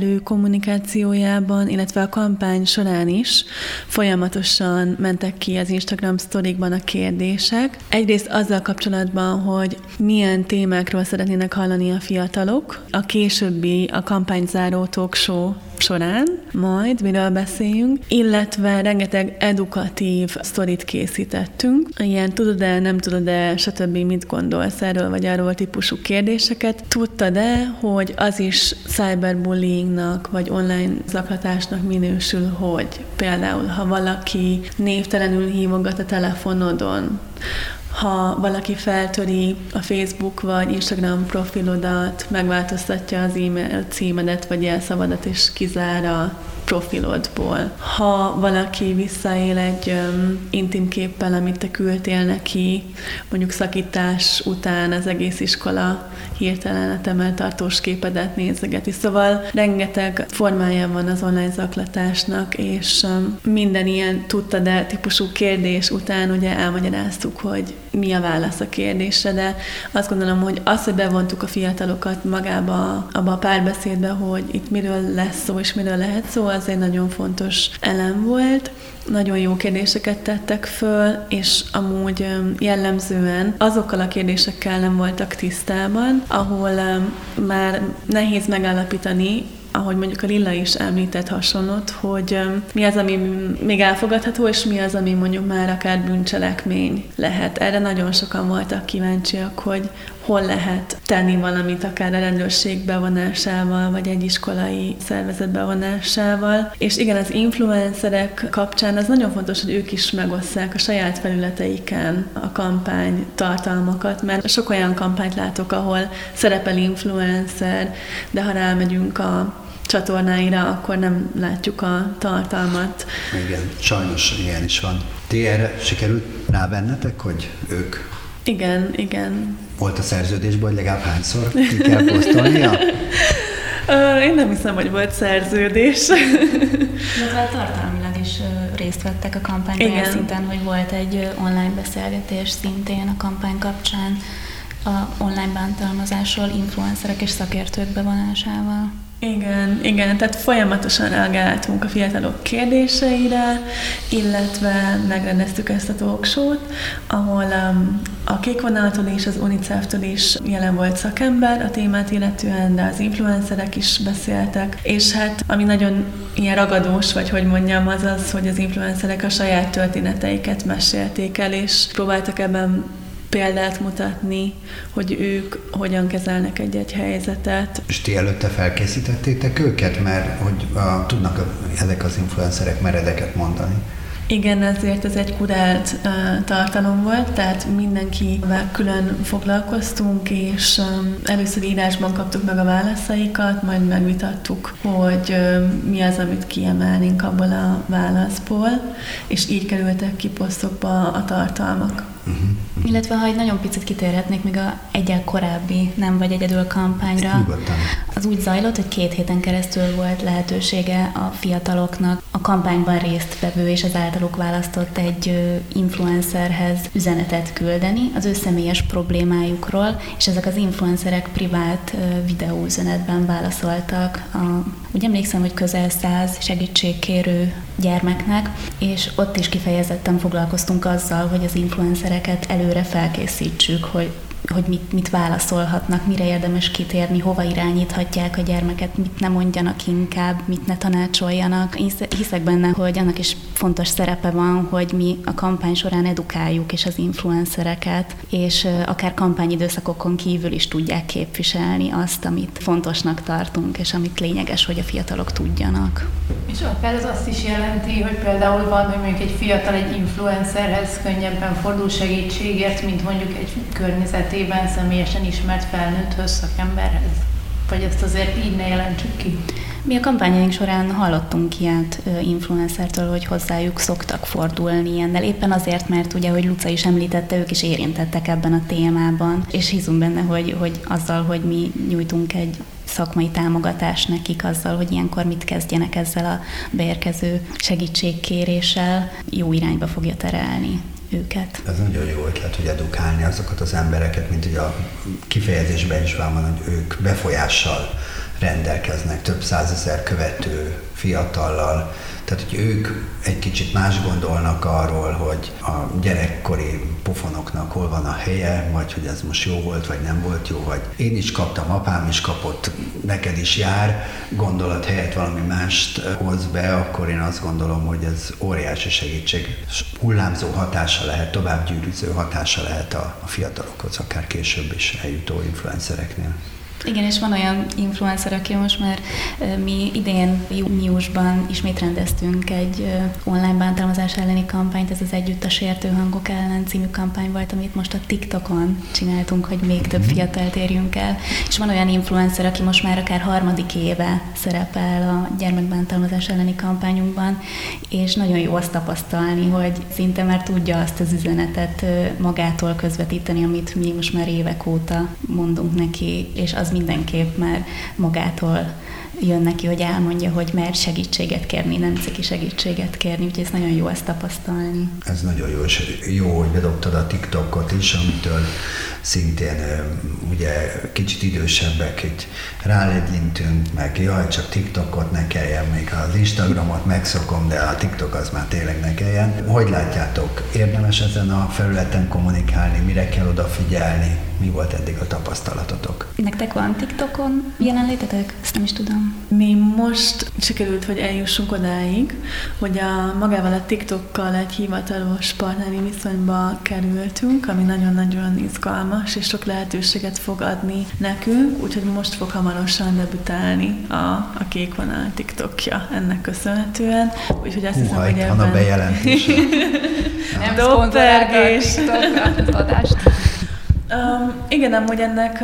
előkommunikációjában, illetve a kampány során is folyamatosan mentek ki az Instagram sztorikban a kérdések. Egyrészt azzal kapcsolatban, hogy milyen témákról szeretnének hallani a fiatalok, a későbbi, a kampányzáró talk show során, majd miről beszéljünk, illetve rengeteg edukatív sztorit készítettünk. Ilyen tudod-e, nem tudod-e, stb. Mit gondolsz erről, vagy arról típusú kérdéseket. Tudtad-e, hogy az is cyberbullyingnak, vagy online zaklatásnak minősül, hogy például, ha valaki névtelenül hívogat a telefonodon, ha valaki feltöri a Facebook vagy Instagram profilodat, megváltoztatja az e-mail címedet vagy jelszavadat, és kizár a profilodból. Ha valaki visszaél egy intim képpel, amit te küldtél neki, mondjuk szakítás után az egész iskola hirtelen a te melltartós képedet nézegeti. Szóval rengeteg formája van az online zaklatásnak, és minden ilyen tudtad-e típusú kérdés után ugye elmagyaráztuk, hogy mi a válasz a kérdésre, de azt gondolom, hogy az, hogy bevontuk a fiatalokat magába, abba a párbeszédbe, hogy itt miről lesz szó és miről lehet szó, az egy nagyon fontos elem volt. Nagyon jó kérdéseket tettek föl, és amúgy jellemzően azokkal a kérdésekkel nem voltak tisztában, ahol már nehéz megállapítani, ahogy mondjuk a Lilla is említett hasonlót, hogy mi az, ami még elfogadható, és mi az, ami mondjuk már akár bűncselekmény lehet. Erre nagyon sokan voltak kíváncsiak, hogy hol lehet tenni valamit, akár a rendőrség bevonásával, vagy egy iskolai szervezet bevonásával. És igen, az influencerek kapcsán az nagyon fontos, hogy ők is megosszák a saját felületeiken a kampány tartalmakat, mert sok olyan kampányt látok, ahol szerepel influencer, de ha rámegyünk a csatornáira, akkor nem látjuk a tartalmat. Igen, sajnos ilyen is van. Ti erre sikerült rávennetek, hogy ők? Igen. Volt a szerződésben, hogy legalább hányszor ki kell posztolnia? Én nem hiszem, hogy volt szerződés. De tartalmilag is részt vettek a kampányban, olyan szinten, hogy volt egy online beszélgetés szintén a kampány kapcsán a online bántalmazásról, influencerek és szakértők bevonásával. Igen, tehát folyamatosan reagáltunk a fiatalok kérdéseire, illetve megrendeztük ezt a talkshow-t, ahol a Kékvonaltól és az UNICEF-től is jelen volt szakember a témát illetően, de az influencerek is beszéltek, és hát ami nagyon ilyen ragadós, vagy hogy mondjam, az az, hogy az influencerek a saját történeteiket mesélték el, és próbáltak ebben példát mutatni, hogy ők hogyan kezelnek egy-egy helyzetet. És ti előtte felkészítettétek őket, mert hogy tudnak ezek az influencerek meredeket mondani? Igen, ezért ez egy kurált tartalom volt, tehát mindenkivel külön foglalkoztunk, és először írásban kaptuk meg a válaszaikat, majd megvitattuk, hogy mi az, amit kiemelnénk abból a válaszból, és így kerültek ki posztokba a tartalmak. Illetve, ha egy nagyon picit kitérhetnék még egyel korábbi Nem vagy egyedül kampányra, az úgy zajlott, hogy 2 héten keresztül volt lehetősége a fiataloknak a kampányban résztvevő és az általuk választott egy influencerhez üzenetet küldeni az ő személyes problémájukról, és ezek az influencerek privát videóüzenetben válaszoltak úgy emlékszem, hogy közel 100 segítségkérő gyermeknek, és ott is kifejezetten foglalkoztunk azzal, hogy az influencereket előre felkészítsük, hogy mit válaszolhatnak, mire érdemes kitérni, hova irányíthatják a gyermeket, mit ne mondjanak inkább, mit ne tanácsoljanak. Hiszek benne, hogy annak is fontos szerepe van, hogy mi a kampány során edukáljuk és az influencereket, és akár kampányidőszakokon kívül is tudják képviselni azt, amit fontosnak tartunk, és amit lényeges, hogy a fiatalok tudjanak. És akár ez azt is jelenti, hogy például van, hogy mondjuk egy fiatal egy influencerhez könnyebben fordul segítségért, mint mondjuk egy környezetében személyesen ismert felnőtthöz, szakemberhez? Vagy ezt azért így ne jelentsük ki? Mi a kampányaink során hallottunk ilyet influencertől, hogy hozzájuk szoktak fordulni ilyennel. Éppen azért, mert ugye, hogy Luca is említette, ők is érintettek ebben a témában, és hiszünk benne, hogy azzal, hogy mi nyújtunk egy szakmai támogatást nekik, azzal, hogy ilyenkor mit kezdjenek ezzel a beérkező segítségkéréssel, jó irányba fogja terelni őket. Ez nagyon jó ötlet, hogy edukálni azokat az embereket, mint ugye a kifejezésben is van, hogy ők befolyással rendelkeznek, több 100 000 követő fiatallal. Tehát, hogy ők egy kicsit más gondolnak arról, hogy a gyerekkori pofonoknak hol van a helye, vagy hogy ez most jó volt, vagy nem volt jó, vagy én is kaptam, apám is kapott, neked is jár, gondolat helyett valami mást hoz be, akkor én azt gondolom, hogy ez óriási segítség. Hullámzó hatása lehet, továbbgyűrűző hatása lehet a fiatalokhoz, akár később is eljutó influencereknél. Igen, és van olyan influencer, aki most már mi idén júniusban ismét rendeztünk egy online bántalmazás elleni kampányt, ez az Együtt a sértő hangok ellen című kampány volt, amit most a TikTokon csináltunk, hogy még több fiatalt érjünk el. És van olyan influencer, aki most már akár 3. éve szerepel a gyermekbántalmazás elleni kampányunkban, és nagyon jó azt tapasztalni, hogy szinte már tudja azt az üzenetet magától közvetíteni, amit mi most már évek óta mondunk neki, és az mindenképp már magától jön neki, hogy elmondja, hogy mer segítséget kérni, nem ciki segítséget kérni, úgyhogy ez nagyon jó ezt tapasztalni. Ez nagyon jó, és jó, hogy bedobtad a TikTokot is, amitől szintén ugye kicsit idősebbek így rálegyintünk, meg jaj, csak TikTokot ne kelljen, még az Instagramot megszokom, de a TikTok az már tényleg ne kelljen. Hogy látjátok, érdemes ezen a felületen kommunikálni, mire kell odafigyelni? Mi volt eddig a tapasztalatotok? Nektek van TikTokon jelenlétetek? Ezt nem is tudom. Mi most sikerült, hogy eljussunk odáig, hogy magával a TikTokkal egy hivatalos partneri viszonyba kerültünk, ami nagyon-nagyon izgalmas, és sok lehetőséget fog adni nekünk, úgyhogy most fog hamarosan debütálni a Kék Vonal TikTokja ennek köszönhetően. Úgyhogy azt hiszem, hogy ebben... a bejelentése. Nem szponzorálta a TikTok adást. Igen, amúgy ennek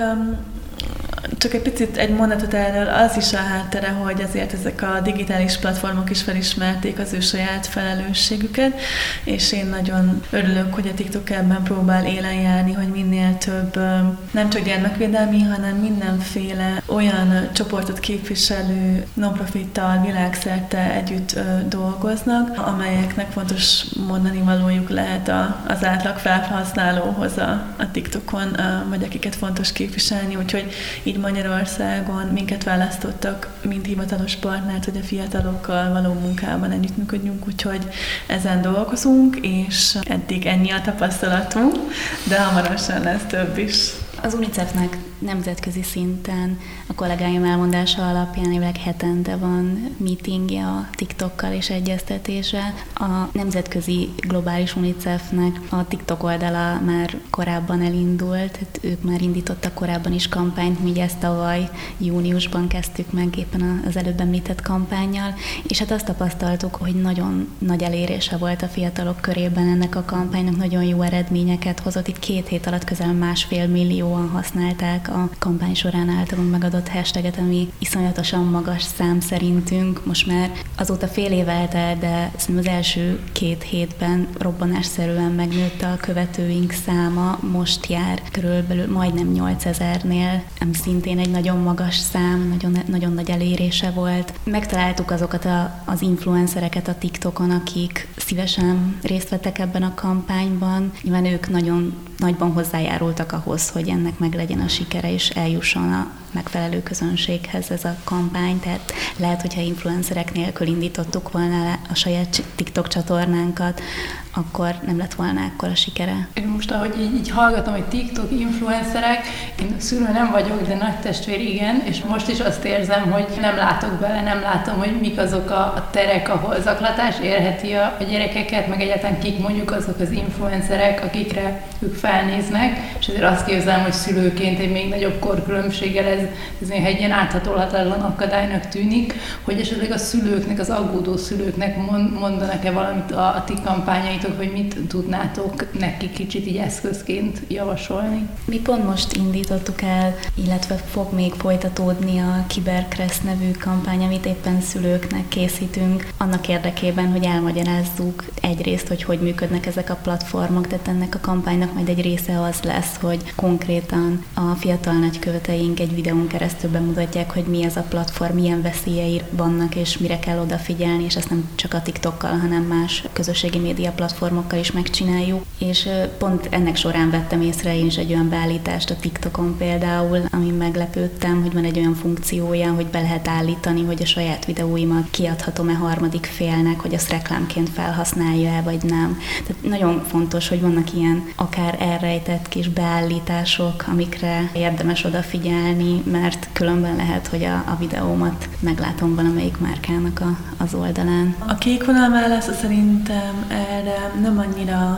csak egy picit egy mondatot erről, az is a háttere, hogy azért ezek a digitális platformok is felismerték az ő saját felelősségüket, és én nagyon örülök, hogy a TikTok ebben próbál élen járni, hogy minél több nem csak gyermekvédelmi, hanem mindenféle olyan csoportot képviselő non-profittal világszerte együtt dolgoznak, amelyeknek fontos mondani valójuk lehet az átlag felhasználóhoz a TikTokon, vagy akiket fontos képviselni, úgyhogy így Magyarországon minket választottak, mint hivatalos partnert, hogy a fiatalokkal való munkában együttműködjünk, úgyhogy ezen dolgozunk, és eddig ennyi a tapasztalatunk, de hamarosan lesz több is. Az UNICEF-nek nemzetközi szinten a kollégáim elmondása alapján évleg hetente van meetingje a TikTokkal és egyeztetése. A nemzetközi globális UNICEF-nek a TikTok oldala már korábban elindult, ők már indítottak korábban is kampányt, mi ezt tavaly júniusban kezdtük meg éppen az előbb említett kampánnyal, és hát azt tapasztaltuk, hogy nagyon nagy elérése volt a fiatalok körében ennek a kampánynak, nagyon jó eredményeket hozott. Itt 2 hét alatt közel 1,5 millióan használták a kampány során általunk megadott hashtaget, ami iszonyatosan magas szám szerintünk. Most már azóta fél év eltelt, de szerintem az első 2 hétben robbanásszerűen megnőtt a követőink száma, most jár körülbelül majdnem 8000-nél, ami szintén egy nagyon magas szám, nagyon nagy elérése volt. Megtaláltuk azokat az influencereket a TikTokon, akik szívesen részt vettek ebben a kampányban. Nyilván ők nagyon nagyban hozzájárultak ahhoz, hogy ennek meg legyen a sikere, és eljusson a megfelelő közönséghez ez a kampány. Tehát lehet, hogyha influencerek nélkül indítottuk volna a saját TikTok csatornánkat, akkor nem lett volna ekkora sikere. Én most, ahogy így hallgatom, hogy TikTok influencerek, én szülő nem vagyok, de nagy testvér igen, és most is azt érzem, hogy nem látok bele, nem látom, hogy mik azok a terek, ahol zaklatás érheti a gyerekeket, meg egyáltalán kik mondjuk azok az influencerek, akikre ők felnéznek, és ezért azt képzelem, hogy szülőként egy még nagyobb korkülönbséggel ez néha egy ilyen áthatolhatatlan akadálynak tűnik, hogy esetleg a szülőknek, az aggódó szülőknek mondanak-e valamit a ti kampányaitok, vagy mit tudnátok neki kicsit így eszközként javasolni? Mi pont most indítottuk el, illetve fog még folytatódni a Kiberkressz nevű kampány, amit éppen szülőknek készítünk, annak érdekében, hogy elmagyarázzuk egyrészt, hogy működnek ezek a platformok, tehát ennek a kampánynak majd egy része az lesz, hogy konkrétan a fiatal nagyköveteink egy videón keresztül bemutatják, hogy mi ez a platform, milyen veszélyei vannak, és mire kell odafigyelni, és ezt nem csak a TikTokkal, hanem más közösségi média platformokkal is megcsináljuk. És pont ennek során vettem észre én is egy olyan beállítást a TikTokon például, amin meglepődtem, hogy van egy olyan funkciója, hogy be lehet állítani, hogy a saját videóimat kiadhatom-e harmadik félnek, hogy azt reklámként felhasználja-e, vagy nem. Tehát nagyon fontos, hogy vannak ilyen akár elrejtett kis beállítások, amikre érdemes odafigyelni, mert különben lehet, hogy a videómat meglátom valamelyik márkának az oldalán. A kék vonal válasz szerintem erre nem annyira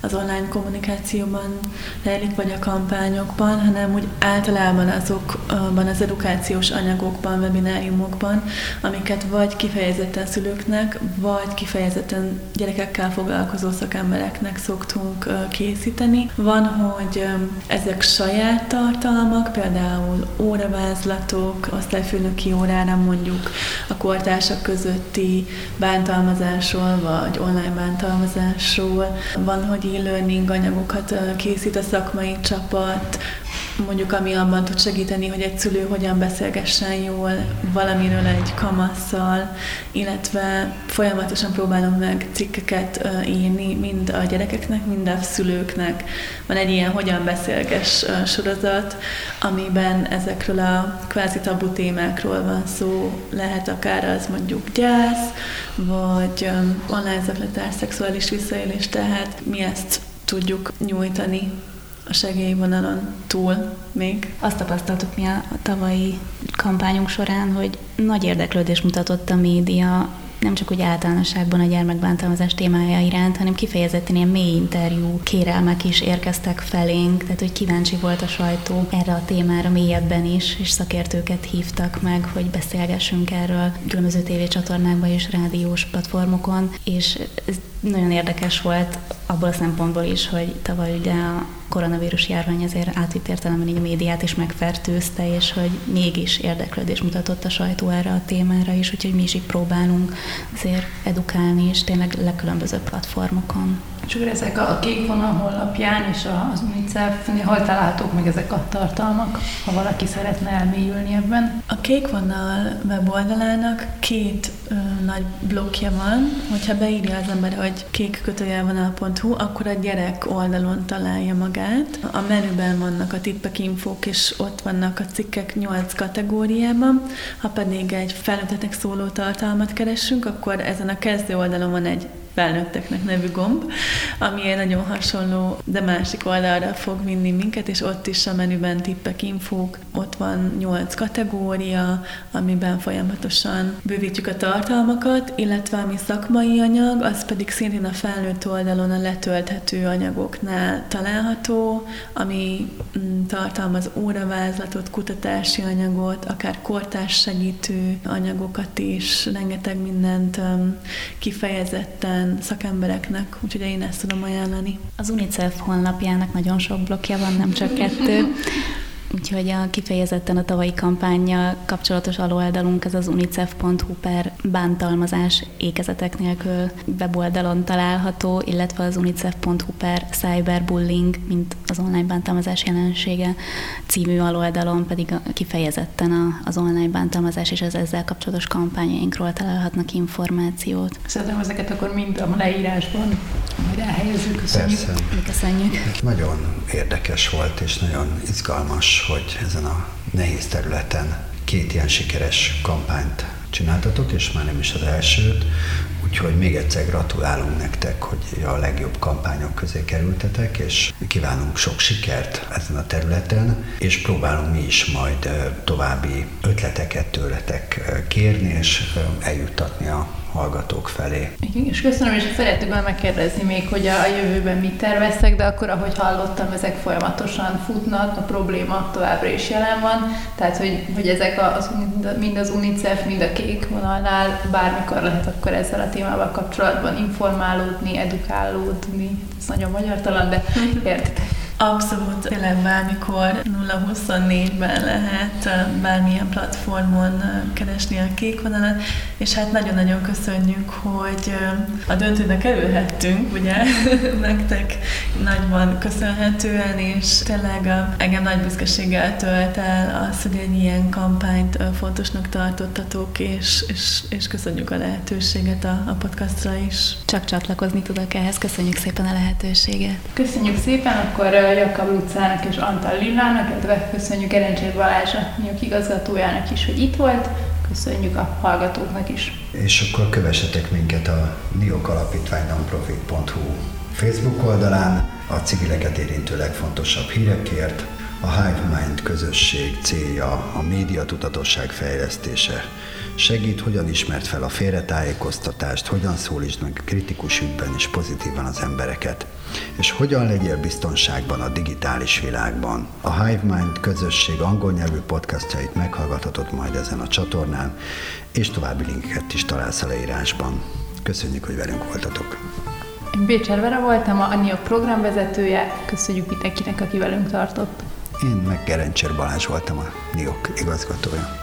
az online kommunikációban rejlik, vagy a kampányokban, hanem úgy általában azokban az edukációs anyagokban, webináriumokban, amiket vagy kifejezetten szülőknek, vagy kifejezetten gyerekekkel foglalkozó szakembereknek szoktunk készíteni. Van, hogy ezek saját tartalmak, például óravázlatok, osztályfőnöki órára mondjuk a kortársak közötti bántalmazásról, vagy online bántalmazásról. Van, hogy e-learning anyagokat készít a szakmai csapat, mondjuk ami abban tud segíteni, hogy egy szülő hogyan beszélgessen jól valamiről egy kamasszal, illetve folyamatosan próbálom meg cikkeket írni mind a gyerekeknek, mind a szülőknek. Van egy ilyen hogyan beszélgess sorozat, amiben ezekről a kvázi tabu témákról van szó, lehet akár az mondjuk gyász, vagy online zaklatás, szexuális visszaélés, tehát mi ezt tudjuk nyújtani a segélyvonalon túl még. Azt tapasztaltuk mi a tavalyi kampányunk során, hogy nagy érdeklődést mutatott a média, nem csak úgy általánosságban a gyermekbántalmazás témája iránt, hanem kifejezetten ilyen mély interjú kérelmek is érkeztek felénk, tehát hogy kíváncsi volt a sajtó erre a témára mélyebben is, és szakértőket hívtak meg, hogy beszélgessünk erről különböző tévécsatornákban és rádiós platformokon, és ez nagyon érdekes volt abból a szempontból is, hogy tavaly ugye a koronavírus járvány azért átvitt értelemben így a médiát is megfertőzte, és hogy mégis érdeklődés mutatott a sajtó erre a témára is, úgyhogy mi is így próbálunk azért edukálni, és tényleg legkülönbözőbb platformokon. És akkor ezek a Kék Vonal honlapján és az UNICEF-nél hol találhatók meg ezek a tartalmak, ha valaki szeretne elmélyülni ebben? A Kék Vonal weboldalának 2 nagy blokkja van, hogyha beírja az ember, hogy kék-vonal.hu, akkor a gyerek oldalon találja magát. A menüben vannak a tippek, infók, és ott vannak a cikkek 8 kategóriában. Ha pedig egy felnőtteknek szóló tartalmat keresünk, akkor ezen a kezdő oldalon van egy felnőtteknek nevű gomb, ami egy nagyon hasonló, de másik oldalra fog vinni minket, és ott is a menüben tippek, infók, ott van 8 kategória, amiben folyamatosan bővítjük a tartalmakat, illetve ami szakmai anyag, az pedig szintén a felnőtt oldalon a letölthető anyagoknál található, ami tartalmaz óravázlatot, kutatási anyagot, akár kortárs segítő anyagokat is, rengeteg mindent kifejezetten szakembereknek, úgyhogy én ezt tudom ajánlani. Az UNICEF honlapjának nagyon sok blokkja van, nem csak 2. Úgyhogy kifejezetten a tavalyi kampánnyal kapcsolatos aloldalunk, ez az unicef.hu/bántalmazás ékezetek nélkül weboldalon található, illetve az unicef.hu/cyberbullying, mint az online bántalmazás jelensége című aloldalon pedig kifejezetten az online bántalmazás és az ezzel kapcsolatos kampányainkról találhatnak információt. Szerintem ezeket akkor mind a leírásban majd elhelyezzük. Köszönjük. Nagyon érdekes volt és nagyon izgalmas, hogy ezen a nehéz területen 2 ilyen sikeres kampányt csináltatok, és már nem is az elsőt, úgyhogy még egyszer gratulálunk nektek, hogy a legjobb kampányok közé kerültetek, és kívánunk sok sikert ezen a területen, és próbálunk mi is majd további ötleteket tőletek kérni, és eljuttatni a hallgatók felé. És köszönöm, és szeretném volna megkérdezni még, hogy a jövőben mit terveztek, de akkor, ahogy hallottam, ezek folyamatosan futnak, a probléma továbbra is jelen van, tehát, hogy ezek mind az UNICEF, mind a Kék Vonalnál bármikor lehet akkor ezzel a témával kapcsolatban informálódni, edukálódni. Ez nagyon magyartalan, de értitek. Abszolút, tényleg bármikor 0-24-ben lehet bármilyen platformon keresni a Kék Vonalat, és hát nagyon-nagyon köszönjük, hogy a döntőbe kerülhettünk, ugye, nektek nagyban köszönhetően, és tényleg engem nagy büszkeséggel tölt el az, hogy egy ilyen kampányt fontosnak tartottatok, és köszönjük a lehetőséget a podcastra is. Csak csatlakozni tudok ehhez, köszönjük szépen a lehetőséget. Köszönjük szépen, akkor Jakab Lucának és Antal Lillának, illetve köszönjük Erencsér Balázs a NIOK igazgatójának is, hogy itt volt, köszönjük a hallgatóknak is. És akkor kövessetek minket a NIOK Alapítvány nonprofit.hu Facebook oldalán, a civileket érintő legfontosabb hírekért. A Hive Mind közösség célja a médiatudatosság fejlesztése, Segít, hogyan ismerd fel a félretájékoztatást, hogyan szólítsd meg kritikus ügyben és pozitívan az embereket, és hogyan legyél biztonságban a digitális világban. A Hive Mind közösség angol nyelvű podcastjait meghallgathatod majd ezen a csatornán, és további linkeket is találsz a leírásban. Köszönjük, hogy velünk voltatok! Én Bécser Vera voltam, a NIOK programvezetője. Köszönjük mindenkinek, aki velünk tartott. Én meg Gerencsér Balázs voltam, a NIOK igazgatója.